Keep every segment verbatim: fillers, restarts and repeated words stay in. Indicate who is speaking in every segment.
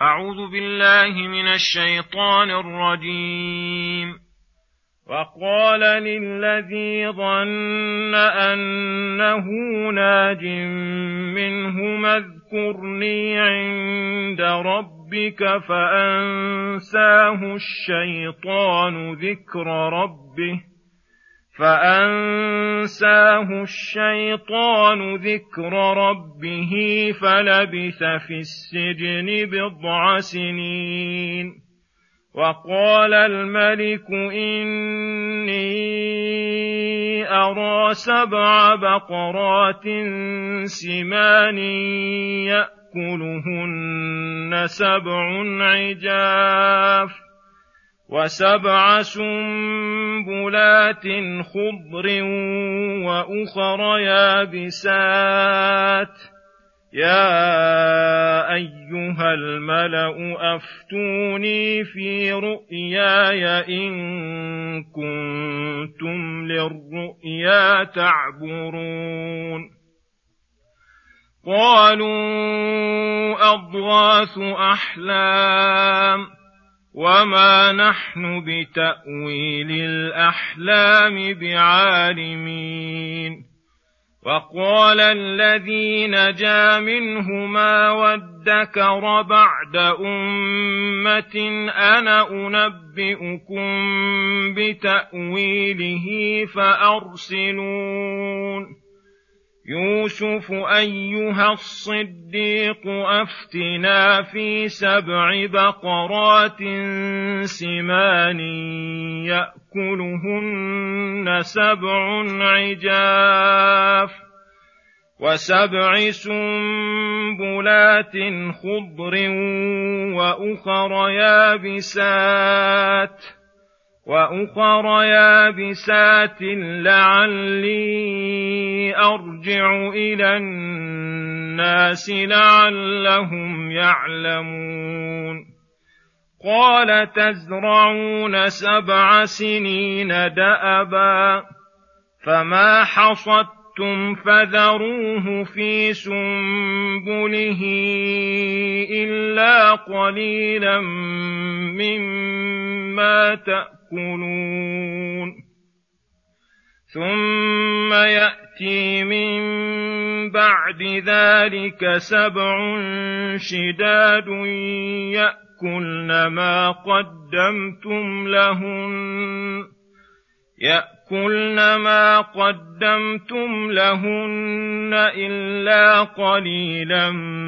Speaker 1: أعوذ بالله من الشيطان الرجيم. وقال للذي ظن أنه ناج منهما اذكرني عند ربك فأنساه الشيطان ذكر ربه فأنساه الشيطان ذكر ربه فلبث في السجن بضع سنين. وقال الملك إني أرى سبع بقرات سمان يأكلهن سبع عجاف وسبع سنبلات خضر وأخر يابسات يا أيها الملأ أفتوني في رؤياي إن كنتم للرؤيا تعبرون. قالوا أضغاث أحلام وما نحن بتأويل الأحلام بعالمين. وقال الذي نجا منهما وادكر بعد أمة أنا أنبئكم بتأويله فأرسلون. يوسف أيها الصديق أفتنا في سبع بقرات سمان يأكلهن سبع عجاف وسبع سنبلات خضر وأخر يابسات وأخر يابسات لعلي أرجع إلى الناس لعلهم يعلمون. قال تزرعون سبع سنين دأبا فما حصدتم فذروه في سنبله إلا قليلا مما تأكلون. ثم يأتي من بعد ذلك سبع شداد يأكلن ما قدمتم لهن يأكلن ما قدمتم لهن إلا قليلا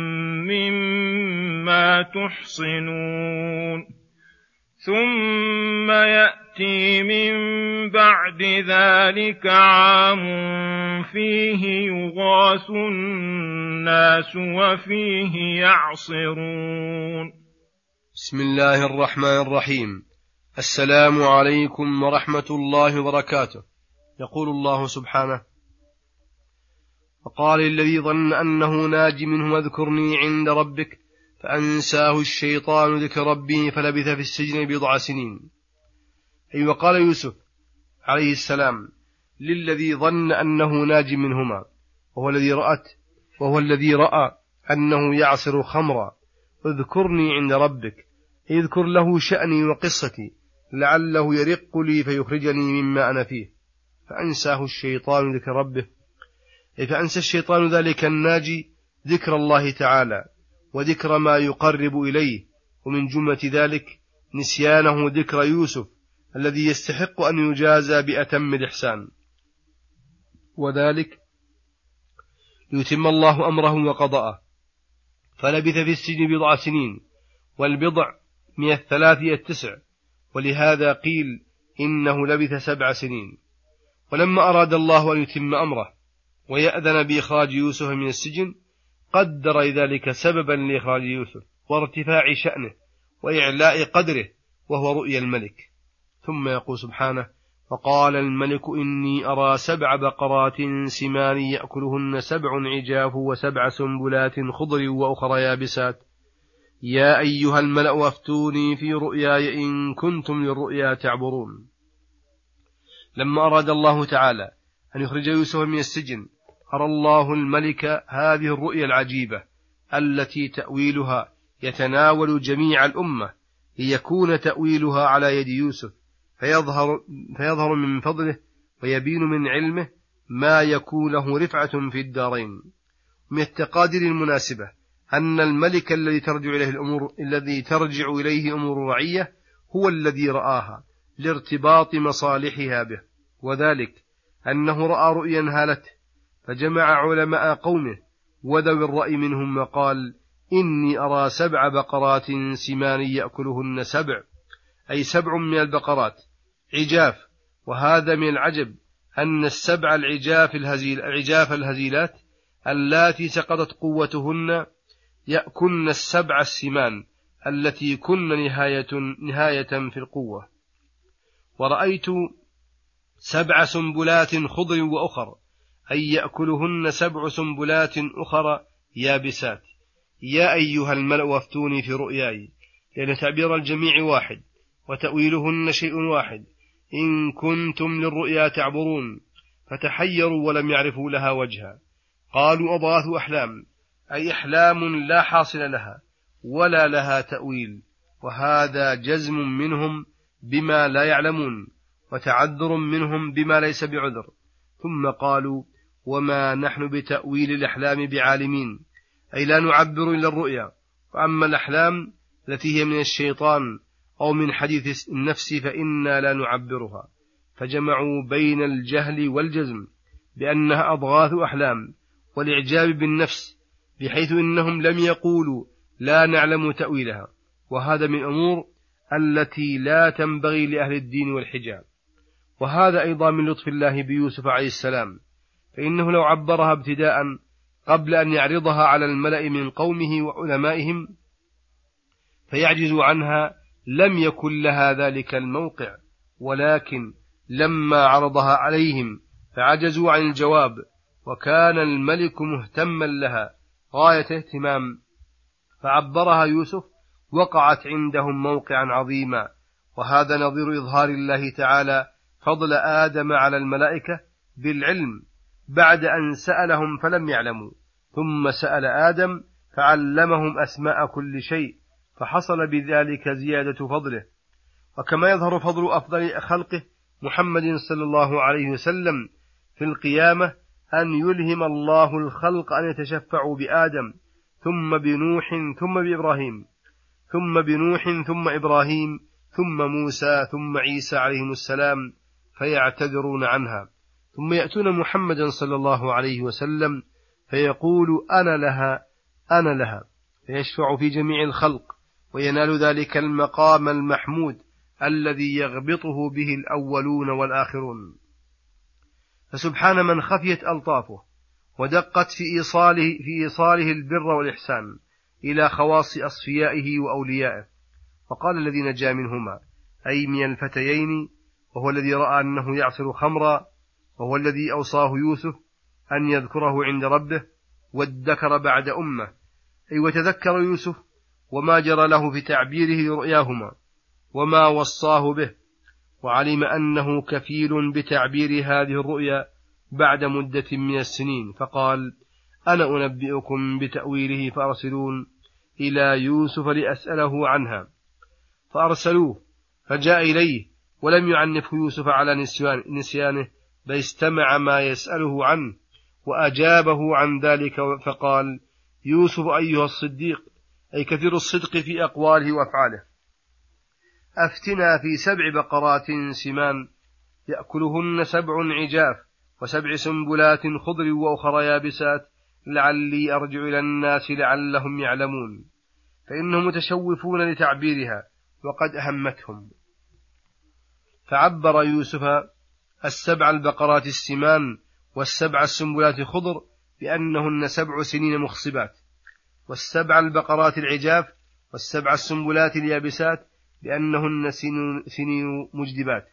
Speaker 1: مما تحصنون. ثم يأتي من بعد ذلك عام فيه يغاث الناس وفيه يعصرون.
Speaker 2: بسم الله الرحمن الرحيم. السلام عليكم ورحمة الله وبركاته. يقول الله سبحانه: وقال الذي ظن أنه ناج منه اذكرني عند ربك فأنساه الشيطان ذكر ربه فلبث في السجن بضع سنين. أي وقال يوسف عليه السلام للذي ظن أنه ناج منهما وهو الذي رأت وهو الذي رأى أنه يعصر خمرا: اذكرني عند ربك، اذكر له شأني وقصتي لعله يرق لي فيخرجني مما أنا فيه. فأنساه الشيطان ذكر ربه، أي فأنسى الشيطان ذلك الناجي ذكر الله تعالى وذكر ما يقرب إليه، ومن جملة ذلك نسيانه ذكر يوسف الذي يستحق أن يجازى بأتم الإحسان، وذلك ليتم الله أمره وقضاءه. فلبث في السجن بضع سنين، والبضع من الثلاث إلى التسع، ولهذا قيل إنه لبث سبع سنين. ولما أراد الله أن يتم أمره ويأذن بإخراج يوسف من السجن قدر ذلك سببا لإخراج يوسف وارتفاع شأنه وإعلاء قدره، وهو رؤيا الملك. ثم يقول سبحانه: وقال الملك إني أرى سبع بقرات سمان يأكلهن سبع عجاف وسبع سنبلات خضر وأخر يابسات يا أيها الملأ أفتوني في رؤياي إن كنتم للرؤيا تعبرون. لما أراد الله تعالى أن يخرج يوسف من السجن أرى الله الملك هذه الرؤيا العجيبة التي تأويلها يتناول جميع الأمة ليكون تأويلها على يد يوسف فيظهر, فيظهر من فضله ويبين من علمه ما يكون له رفعة في الدارين. من التقادير المناسبة أن الملك الذي ترجع إليه الأمور الذي ترجع إليه أمور الرعية هو الذي رآها لارتباط مصالحها به، وذلك أنه رأى رؤيا هالته فجمع علماء قومه وذوي الرأي منهم وقال: إني أرى سبع بقرات سمان يأكلهن سبع، أي سبع من البقرات عجاف. وهذا من العجب أن السبع العجاف الهزيل العجاف الهزيلات اللاتي سقطت قوتهن يأكلن السبع السمان التي كن نهاية, نهاية في القوة. ورأيت سبع سنبلات خضر وأخر، أي يأكلهن سبع سنبلات أخر يابسات. يا أيها الملأ وافتوني في رؤياي، لأن تعبير الجميع واحد وتأويلهن شيء واحد. إن كنتم للرؤيا تعبرون. فتحيروا ولم يعرفوا لها وجها. قالوا أضغاث أحلام، أي أحلام لا حاصل لها ولا لها تأويل، وهذا جزم منهم بما لا يعلمون وتعذر منهم بما ليس بعذر. ثم قالوا: وما نحن بتأويل الأحلام بعالمين، أي لا نعبر إلا الرؤيا. وأما الأحلام التي هي من الشيطان أو من حديث النفس فإنا لا نعبرها. فجمعوا بين الجهل والجزم بأنها أضغاث أحلام والإعجاب بالنفس، بحيث إنهم لم يقولوا لا نعلم تأويلها، وهذا من أمور التي لا تنبغي لأهل الدين والحجاب. وهذا أيضا من لطف الله بيوسف عليه السلام، فإنه لو عبرها ابتداء قبل أن يعرضها على الملأ من قومه وعلمائهم فيعجز عنها لم يكن لها ذلك الموقع، ولكن لما عرضها عليهم فعجزوا عن الجواب، وكان الملك مهتما لها غاية اهتمام، فعبرها يوسف وقعت عندهم موقعا عظيما. وهذا نظير إظهار الله تعالى فضل آدم على الملائكة بالعلم بعد أن سألهم فلم يعلموا، ثم سأل آدم فعلمهم أسماء كل شيء، فحصل بذلك زيادة فضله. وكما يظهر فضل أفضل خلقه محمد صلى الله عليه وسلم في القيامة أن يلهم الله الخلق أن يتشفعوا بآدم ثم بنوح ثم بإبراهيم ثم بنوح ثم إبراهيم ثم موسى ثم عيسى عليهم السلام فيعتذرون عنها، ثم يأتون محمدا صلى الله عليه وسلم فيقول أنا لها أنا لها، فيشفع في جميع الخلق وينال ذلك المقام المحمود الذي يغبطه به الأولون والآخرون. فسبحان من خفيت ألطافه ودقت في إيصاله, في إيصاله البر والإحسان إلى خواص أصفيائه وأوليائه. فقال الذي نجا منهما، أي من الفتيين، وهو الذي رأى أنه يعصر خمرا، وهو الذي أوصاه يوسف أن يذكره عند ربه وادكر بعد أمه، أي وتذكر يوسف وما جرى له في تعبيره لرؤياهما وما وصاه به، وعلم أنه كفيل بتعبير هذه الرؤيا بعد مدة من السنين، فقال أنا أنبئكم بتأويله فأرسلون إلى يوسف لأسأله عنها. فأرسلوه فجاء إليه ولم يعنفه يوسف على نسيانه، بل استمع ما يسأله عنه وأجابه عن ذلك، فقال يوسف أيها الصديق، أي كثير الصدق في أقواله وأفعاله، أفتنا في سبع بقرات سمان يأكلهن سبع عجاف وسبع سنبلات خضر وأخرى يابسات لعلي أرجع إلى الناس لعلهم يعلمون. فإنهم متشوفون لتعبيرها وقد أهمتهم. فعبر يوسف السبع البقرات السمان والسبع السنبلات خضر بأنهن سبع سنين مخصبات، والسبع البقرات العجاف والسبع السنبلات اليابسات بأنهن سنين مجدبات.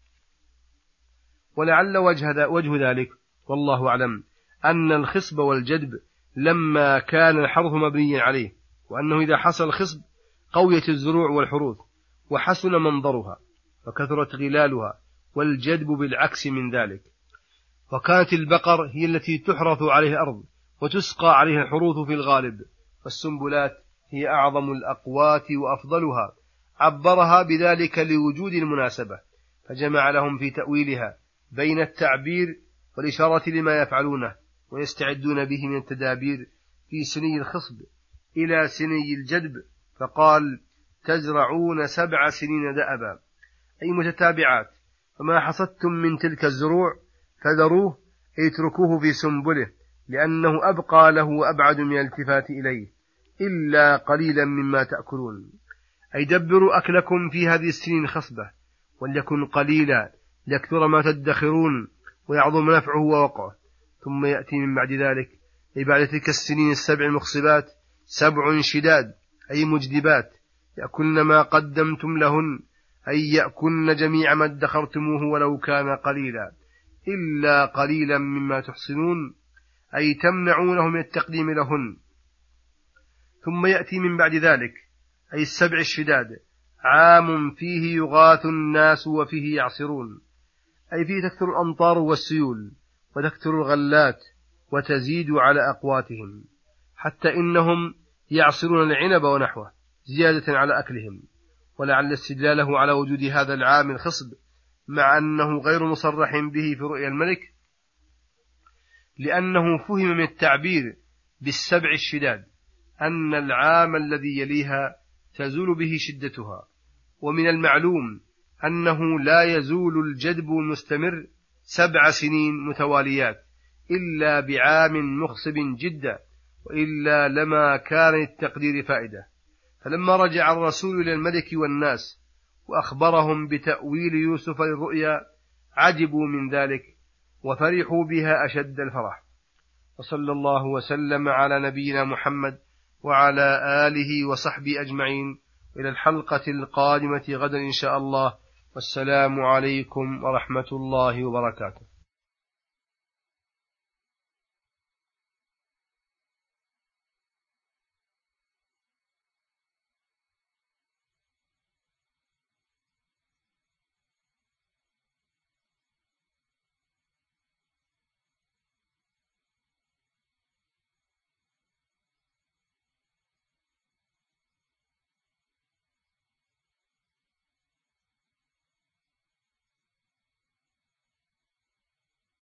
Speaker 2: ولعل وجه, وجه ذلك والله أعلم أن الخصب والجدب لما كان الحرث مبنيا عليه، وأنه إذا حصل الخصب قويت الزروع والحروث وحسن منظرها وكثرت غلالها، والجدب بالعكس من ذلك. وكانت البقر هي التي تحرث عليها الأرض وتسقى عليها الحروث في الغالب، والسنبلات هي أعظم الأقوات وأفضلها، عبرها بذلك لوجود المناسبة، فجمع لهم في تأويلها بين التعبير والإشارة لما يفعلونه ويستعدون به من التدابير في سني الخصب إلى سني الجدب، فقال: تزرعون سبع سنين دأبا، أي متتابعات، فما حصدتم من تلك الزروع فذروه، أي اتركوه في سنبله، لأنه أبقى له وأبعد من الالتفات إليه، إلا قليلا مما تأكلون، أي دبروا أكلكم في هذه السنين الخصبة، وليكن قليلا ليكثر ما تدخرون ويعظم نفعه ووقعه. ثم يأتي من بعد ذلك، أي بعد تلك السنين السبع المخصبات، سبع شداد، أي مجدبات، يأكلن ما قدمتم لهن، أي يأكلن جميع ما ادخرتموه ولو كان قليلا، إلا قليلا مما تحصنون، أي تمنعونه من التقديم لهن. ثم يأتي من بعد ذلك، أي السبع الشداد، عام فيه يغاث الناس وفيه يعصرون، أي فيه تكثر الأمطار والسيول وتكثر الغلات وتزيد على أقواتهم، حتى إنهم يعصرون العنب ونحوه زيادة على أكلهم. ولعل استدلاله على وجود هذا العام الخصب مع أنه غير مصرح به في رؤيا الملك، لأنه فهم من التعبير بالسبع الشداد أن العام الذي يليها تزول به شدتها، ومن المعلوم أنه لا يزول الجدب المستمر سبع سنين متواليات إلا بعام مخصب جدا، وإلا لما كان التقدير فائدة. فلما رجع الرسول إلى الملك والناس وأخبرهم بتأويل يوسف للرؤيا عجبوا من ذلك وفرحوا بها أشد الفرح. وصلى الله وسلم على نبينا محمد وعلى آله وصحبه أجمعين، إلى الحلقة القادمة غدا إن شاء الله، والسلام عليكم ورحمة الله وبركاته.